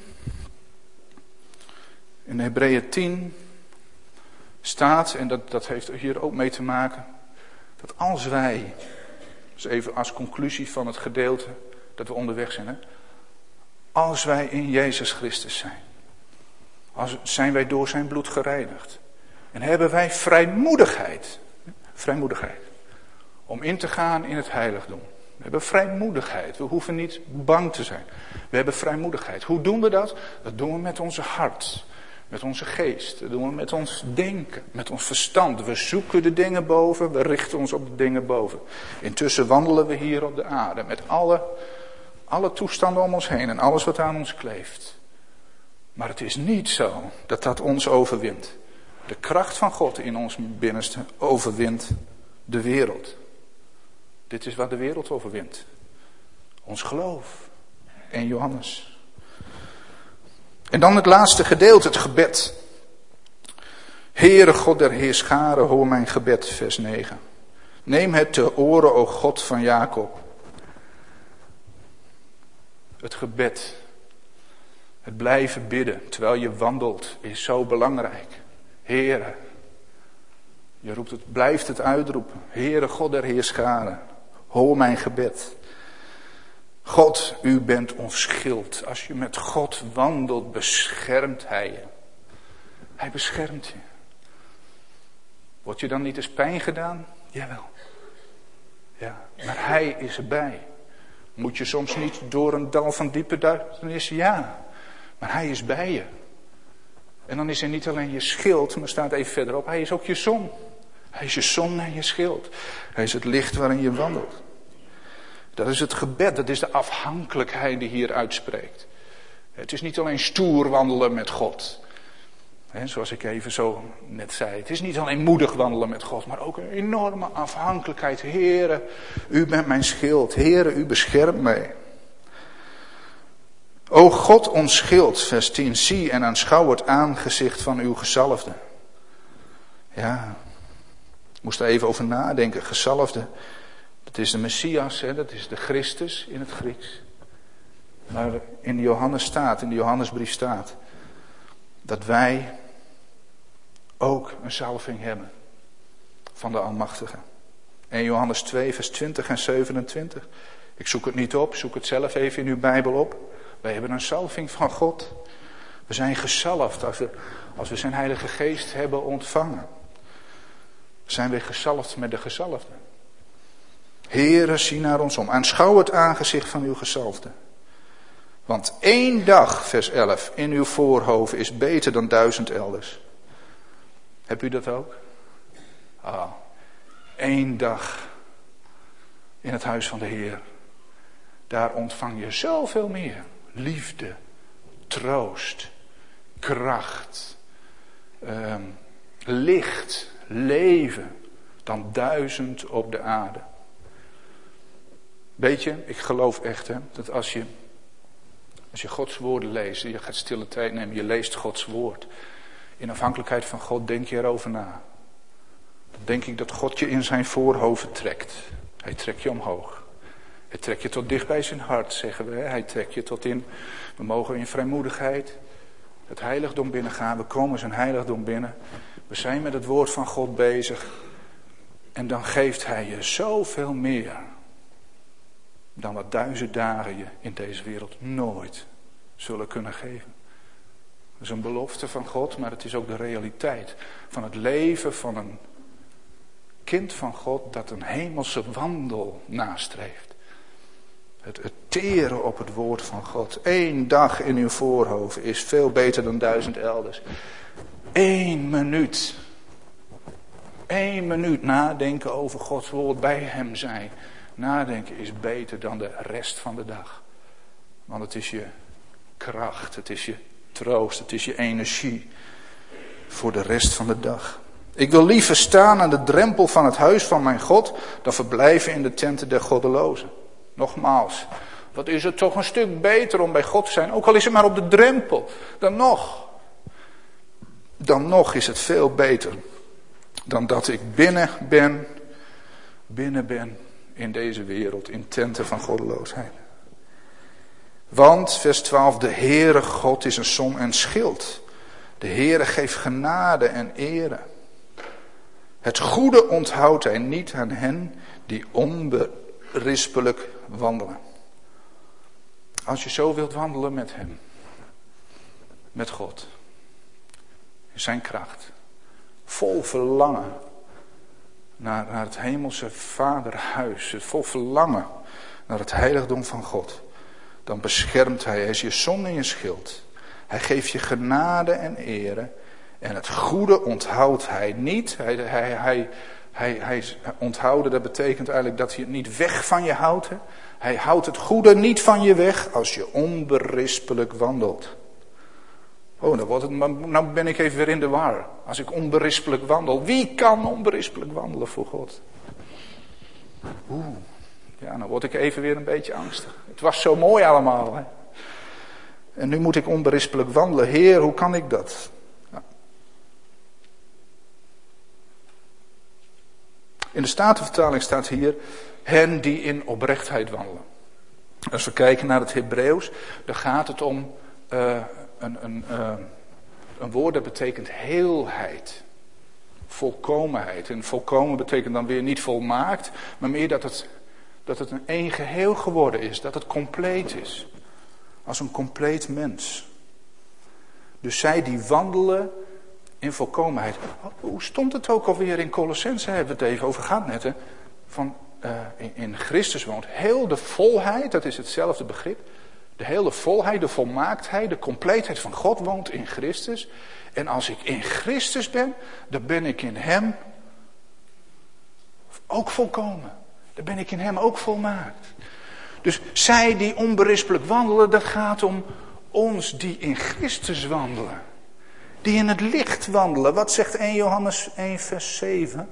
In Hebreeën 10 staat, en dat heeft hier ook mee te maken, dat als wij, dus even als conclusie van het gedeelte, dat we onderweg zijn. Hè? Als wij in Jezus Christus zijn. Zijn wij door zijn bloed gereinigd. En hebben wij vrijmoedigheid. Vrijmoedigheid. Om in te gaan in het heiligdom. We hebben vrijmoedigheid. We hoeven niet bang te zijn. We hebben vrijmoedigheid. Hoe doen we dat? Dat doen we met onze hart. Met onze geest. Dat doen we met ons denken. Met ons verstand. We zoeken de dingen boven. We richten ons op de dingen boven. Intussen wandelen we hier op de aarde. Met alle toestanden om ons heen. En alles wat aan ons kleeft. Maar het is niet zo dat dat ons overwint. De kracht van God in ons binnenste overwint de wereld. Dit is wat de wereld overwint. Ons geloof. 1 Johannes. En dan het laatste gedeelte, het gebed. Heere God der heerscharen, hoor mijn gebed, vers 9. Neem het te oren, o God van Jacob. Het gebed. Het blijven bidden, terwijl je wandelt, is zo belangrijk. Heere. Je roept het, blijft het uitroepen. Heere God der heerscharen, hoor mijn gebed. God, u bent ons schild. Als je met God wandelt, beschermt hij je. Hij beschermt je. Wordt je dan niet eens pijn gedaan? Jawel. Ja, maar hij is erbij. Moet je soms niet door een dal van diepe duisternis? Ja, maar hij is bij je. En dan is hij niet alleen je schild, maar staat even verderop, hij is ook je zon. Hij is je zon en je schild. Hij is het licht waarin je wandelt. Dat is het gebed, dat is de afhankelijkheid die hier uitspreekt. Het is niet alleen stoer wandelen met God. Zoals ik even zo net zei. Het is niet alleen moedig wandelen met God, maar ook een enorme afhankelijkheid. Heere, u bent mijn schild. Heere, u beschermt mij. O God, ons schild, vers 10. Zie en aanschouw het aangezicht van uw gezalfde. Ja, ik moest er even over nadenken. Gezalfde, dat is de Messias, dat is de Christus in het Grieks. Maar in de Johannesbrief staat, dat wij ook een zalving hebben van de Almachtige. 1 Johannes 2 vers 20 en 27. Ik zoek het niet op, zoek het zelf even in uw Bijbel op. Wij hebben een zalving van God. We zijn gezalfd als we zijn Heilige Geest hebben ontvangen. Zijn we gezalfd met de gezalfde. Heere, zie naar ons om. Aanschouw het aangezicht van uw gezalfde. Want 1 dag, vers 11, in uw voorhoofd is beter dan 1000 elders. Hebt u dat ook? 1 dag in het huis van de Heer. Daar ontvang je zoveel meer. Liefde, troost, kracht, licht, leven dan 1000 op de aarde. Weet je, ik geloof echt dat als je Gods woorden leest, je gaat stille tijd nemen, je leest Gods woord. In afhankelijkheid van God denk je erover na. Dan denk ik dat God je in zijn voorhoofd trekt. Hij trekt je omhoog. Hij trekt je tot dicht bij zijn hart, zeggen we. Hij trekt je tot in, we mogen in vrijmoedigheid het heiligdom binnengaan. We komen zijn heiligdom binnen. We zijn met het woord van God bezig. En dan geeft hij je zoveel meer dan wat 1000 dagen je in deze wereld nooit zullen kunnen geven. Dat is een belofte van God, maar het is ook de realiteit van het leven van een kind van God dat een hemelse wandel nastreeft. Het teren op het woord van God. 1 dag in uw voorhoofd is veel beter dan 1000 elders. 1 minuut. 1 minuut nadenken over Gods woord, bij hem zijn. Nadenken is beter dan de rest van de dag. Want het is je kracht, het is je troost, het is je energie voor de rest van de dag. Ik wil liever staan aan de drempel van het huis van mijn God dan verblijven in de tenten der goddelozen. Nogmaals, wat is het toch een stuk beter om bij God te zijn, ook al is het maar op de drempel. Dan nog is het veel beter dan dat ik binnen ben in deze wereld, in tenten van goddeloosheid. Want, vers 12, de Heere God is een zon en schild. De Heere geeft genade en ere. Het goede onthoudt hij niet aan hen die onberispelijk wandelen. Als je zo wilt wandelen met hem. Met God. In zijn kracht. Vol verlangen. Naar het hemelse vaderhuis. Vol verlangen naar het heiligdom van God. Dan beschermt hij. Hij is je zon en je schild. Hij geeft je genade en ere. En het goede onthoudt hij niet. Hij onthouden, dat betekent eigenlijk dat hij het niet weg van je houdt. Hè? Hij houdt het goede niet van je weg als je onberispelijk wandelt. Oh, nou ben ik even weer in de war. Als ik onberispelijk wandel. Wie kan onberispelijk wandelen voor God? Ja, nou word ik even weer een beetje angstig. Het was zo mooi allemaal. Hè? En nu moet ik onberispelijk wandelen. Heer, hoe kan ik dat? Ja. In de Statenvertaling staat hier, hen die in oprechtheid wandelen. Als we kijken naar het Hebreeuws, dan gaat het om een woord dat betekent heelheid. Volkomenheid. En volkomen betekent dan weer niet volmaakt, maar meer dat het een één geheel geworden is. Dat het compleet is. Als een compleet mens. Dus zij die wandelen in volkomenheid. Hoe stond het ook alweer in Colossense? Hebben we het even over gehad net. Hè? Van in Christus woont heel de volheid. Dat is hetzelfde begrip. De hele volheid, de volmaaktheid, de compleetheid van God woont in Christus. En als ik in Christus ben, dan ben ik in hem ook volkomen. Dan ben ik in hem ook volmaakt. Dus zij die onberispelijk wandelen, dat gaat om ons die in Christus wandelen. Die in het licht wandelen. Wat zegt 1 Johannes 1 vers 7?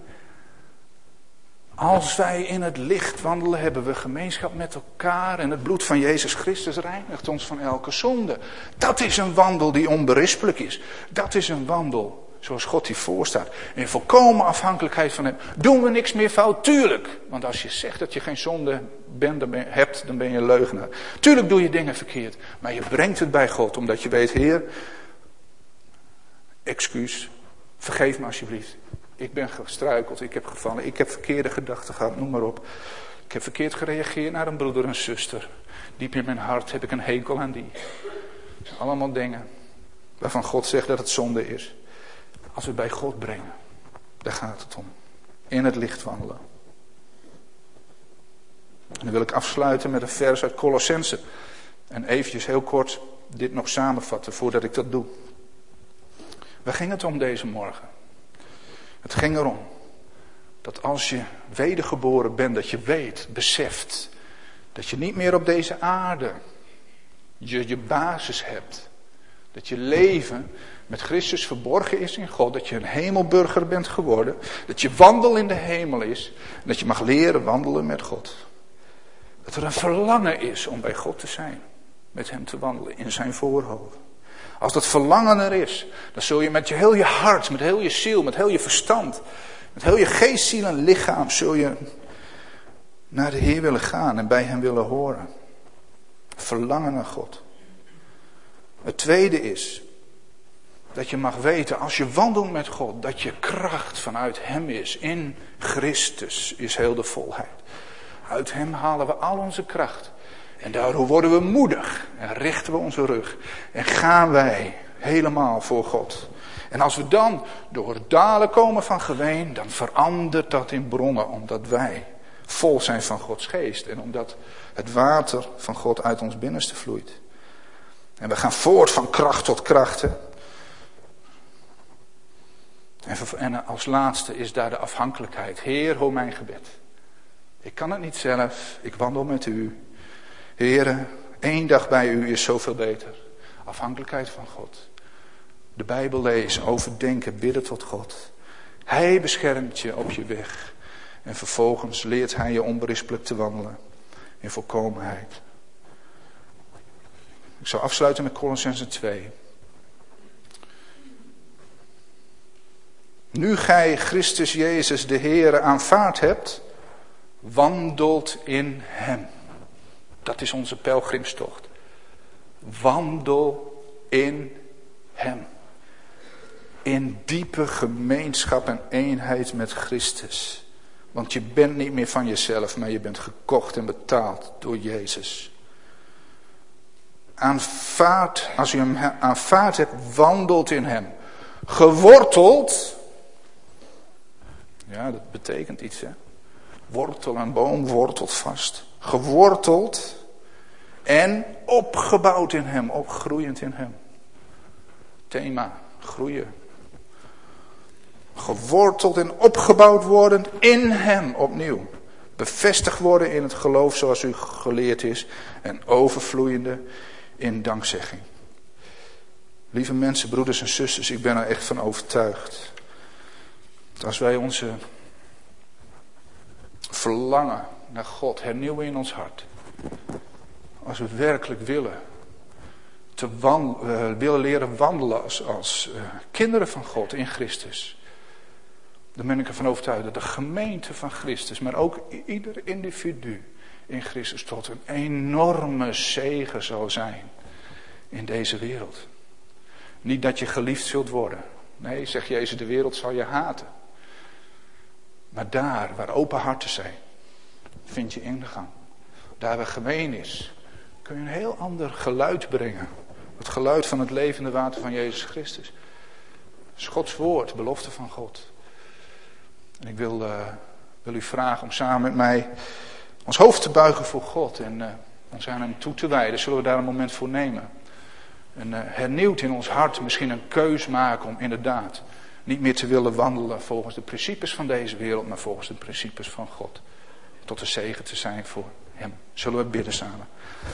Als wij in het licht wandelen, hebben we gemeenschap met elkaar. En het bloed van Jezus Christus reinigt ons van elke zonde. Dat is een wandel die onberispelijk is. Dat is een wandel zoals God die voorstaat. In volkomen afhankelijkheid van hem. Doen we niks meer fout? Tuurlijk. Want als je zegt dat je geen zonde hebt, dan ben je een leugenaar. Tuurlijk doe je dingen verkeerd. Maar je brengt het bij God. Omdat je weet, Heer, excuus, vergeef me alsjeblieft. Ik ben gestruikeld, ik heb gevallen, ik heb verkeerde gedachten gehad, noem maar op. Ik heb verkeerd gereageerd naar een broeder en zuster. Diep in mijn hart heb ik een hekel aan die. Dat zijn allemaal dingen waarvan God zegt dat het zonde is. Als we het bij God brengen, daar gaat het om. In het licht wandelen. En dan wil ik afsluiten met een vers uit Colossense. En eventjes heel kort dit nog samenvatten voordat ik dat doe. Waar ging het om deze morgen? Het ging erom dat als je wedergeboren bent, dat je weet, beseft, dat je niet meer op deze aarde je basis hebt. Dat je leven met Christus verborgen is in God, dat je een hemelburger bent geworden, dat je wandel in de hemel is en dat je mag leren wandelen met God. Dat er een verlangen is om bij God te zijn, met hem te wandelen in zijn voorhoofd. Als dat verlangen er is, dan zul je met heel je hart, met heel je ziel, met heel je verstand, met heel je geest, ziel en lichaam, zul je naar de Heer willen gaan en bij hem willen horen. Verlangen naar God. Het tweede is, dat je mag weten, als je wandelt met God, dat je kracht vanuit hem is. In Christus is heel de volheid. Uit hem halen we al onze kracht. En daardoor worden we moedig en richten we onze rug. En gaan wij helemaal voor God. En als we dan door het dalen komen van geween, dan verandert dat in bronnen. Omdat wij vol zijn van Gods geest. En omdat het water van God uit ons binnenste vloeit. En we gaan voort van kracht tot kracht. En als laatste is daar de afhankelijkheid. Heer, hoor mijn gebed. Ik kan het niet zelf. Ik wandel met u. Heere, 1 dag bij u is zoveel beter. Afhankelijkheid van God. De Bijbel lezen, overdenken, bidden tot God. Hij beschermt je op je weg. En vervolgens leert hij je onberispelijk te wandelen. In volkomenheid. Ik zal afsluiten met Colossense 2. Nu gij Christus Jezus de Heere aanvaard hebt, wandelt in hem. Dat is onze pelgrimstocht. Wandel in hem. In diepe gemeenschap en eenheid met Christus. Want je bent niet meer van jezelf, maar je bent gekocht en betaald door Jezus. aanvaardt, als u hem aanvaard hebt, wandelt in hem. Geworteld. Ja, dat betekent iets, hè. Wortel en boom wortelt vast. Geworteld en opgebouwd in hem, opgroeiend in hem. Thema, groeien. Geworteld en opgebouwd worden in hem opnieuw. Bevestigd worden in het geloof zoals u geleerd is. En overvloeiende in dankzegging. Lieve mensen, broeders en zusters, ik ben er echt van overtuigd. Dat als wij onze verlangen naar God hernieuwen in ons hart. Als we werkelijk willen leren wandelen als kinderen van God in Christus. Dan ben ik ervan overtuigd dat de gemeente van Christus, maar ook ieder individu in Christus tot een enorme zegen zal zijn in deze wereld. Niet dat je geliefd zult worden. Nee, zegt Jezus, de wereld zal je haten. Maar daar waar open harten zijn, vind je ingang. Daar waar gemeen is, kun je een heel ander geluid brengen. Het geluid van het levende water van Jezus Christus. Het is Gods woord, belofte van God. En ik wil u vragen om samen met mij ons hoofd te buigen voor God en ons aan hem toe te wijden. Zullen we daar een moment voor nemen? En hernieuwd in ons hart misschien een keus maken om inderdaad niet meer te willen wandelen volgens de principes van deze wereld, maar volgens de principes van God. Tot de zegen te zijn voor hem. Zullen we bidden samen?